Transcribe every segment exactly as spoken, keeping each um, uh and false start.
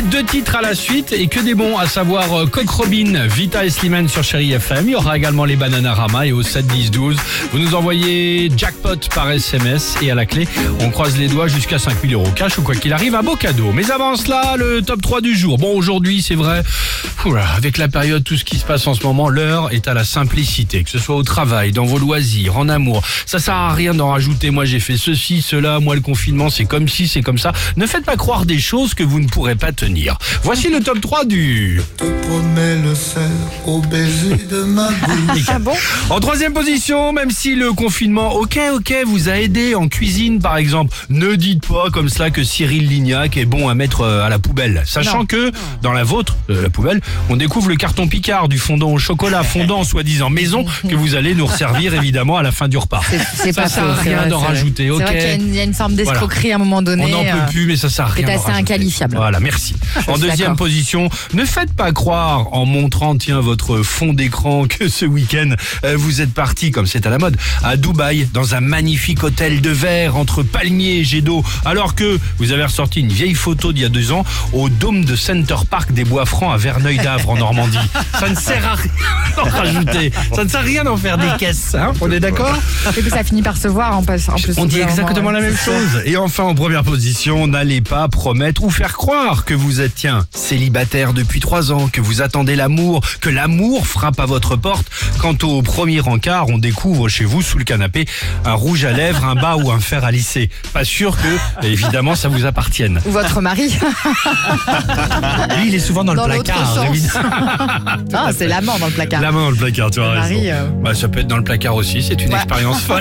deux titres à la suite et que des bons, à savoir euh, Coq Robin, Vita et Slimane sur Chéri F M. Il y aura également les Bananarama et au sept dix douze. Vous nous envoyez jackpot par S M S et à la clé, on croise les doigts jusqu'à cinq mille euros cash ou quoi qu'il arrive, un beau cadeau. Mais avant cela, le top trois du jour. Bon, aujourd'hui, c'est vrai, oula, avec la période, tout ce qui se passe en ce moment, l'heure est à la simplicité. Que ce soit au travail, dans vos loisirs, en amour. Ça sert à rien d'en rajouter. Moi, j'ai fait ceci, cela. Moi, le confinement, c'est comme ci, c'est comme ça. Ne faites pas croire des choses que vous ne pourrez pas tenir. Voici le top trois du... Te promets le sel au baiser de ma bouche. Ah bon? En troisième position, même si le confinement, ok, ok, vous a aidé en cuisine, par exemple, ne dites pas comme cela que Cyril Lignac est bon à mettre à la poubelle. Sachant Non. que, dans la vôtre, euh, la poubelle, on découvre le carton Picard du fondant au chocolat, fondant soi-disant maison, que vous allez nous resservir évidemment à la fin du repas. C'est, c'est Ça pas sert faux, à c'est rien vrai, d'en c'est vrai. rajouter, ok. C'est vrai qu'il y a une, il y a une forme d'escroquerie à un moment donné. On n'en euh, peut plus, mais ça sert à rien. c'est d'en assez rajouter. inqualifiable. Voilà, merci. En deuxième d'accord. position, ne faites pas croire en montrant, tiens, votre fond d'écran que ce week-end, euh, vous êtes parti, comme c'est à la mode, à Dubaï, dans un magnifique hôtel de verre entre palmiers et jets d'eau, alors que vous avez ressorti une vieille photo d'il y a deux ans au dôme de Center Park des Bois-Francs à Verneuil-d'Avre en Normandie. Ça ne sert à rien d'en rajouter. Ça ne sert à rien d'en faire des caisses, hein. On est d'accord? Et puis ça finit par se voir en plus. En plus On dit au bout d'un exactement moment, la ouais. même chose. Et enfin, en première position, n'allez pas promettre ou faire croire que vous êtes, tiens, célibataire depuis trois ans, que vous attendez l'amour, que l'amour frappe à votre porte. Quand au premier encart, on découvre chez vous, sous le canapé, un rouge à lèvres, un bas ou un fer à lisser. Pas sûr que, évidemment, ça vous appartienne. Ou votre mari. Lui, il est souvent dans, Dans le l'autre placard, sens. évidemment. non, c'est l'amant dans le placard. La main dans le placard, tu as raison. mari, euh, Bah, ça peut être dans le placard aussi, c'est une Ouais. expérience folle.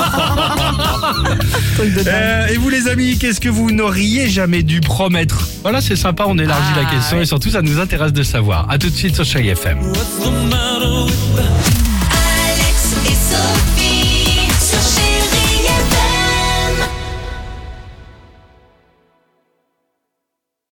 Truc de dingue. Euh, et vous les amis, qu'est-ce que vous n'auriez jamais dû promettre? Voilà, c'est sympa, on élargit Ah, la question ouais. et surtout ça nous intéresse de savoir. À tout de suite sur Chéri F M. Alex et Sophie.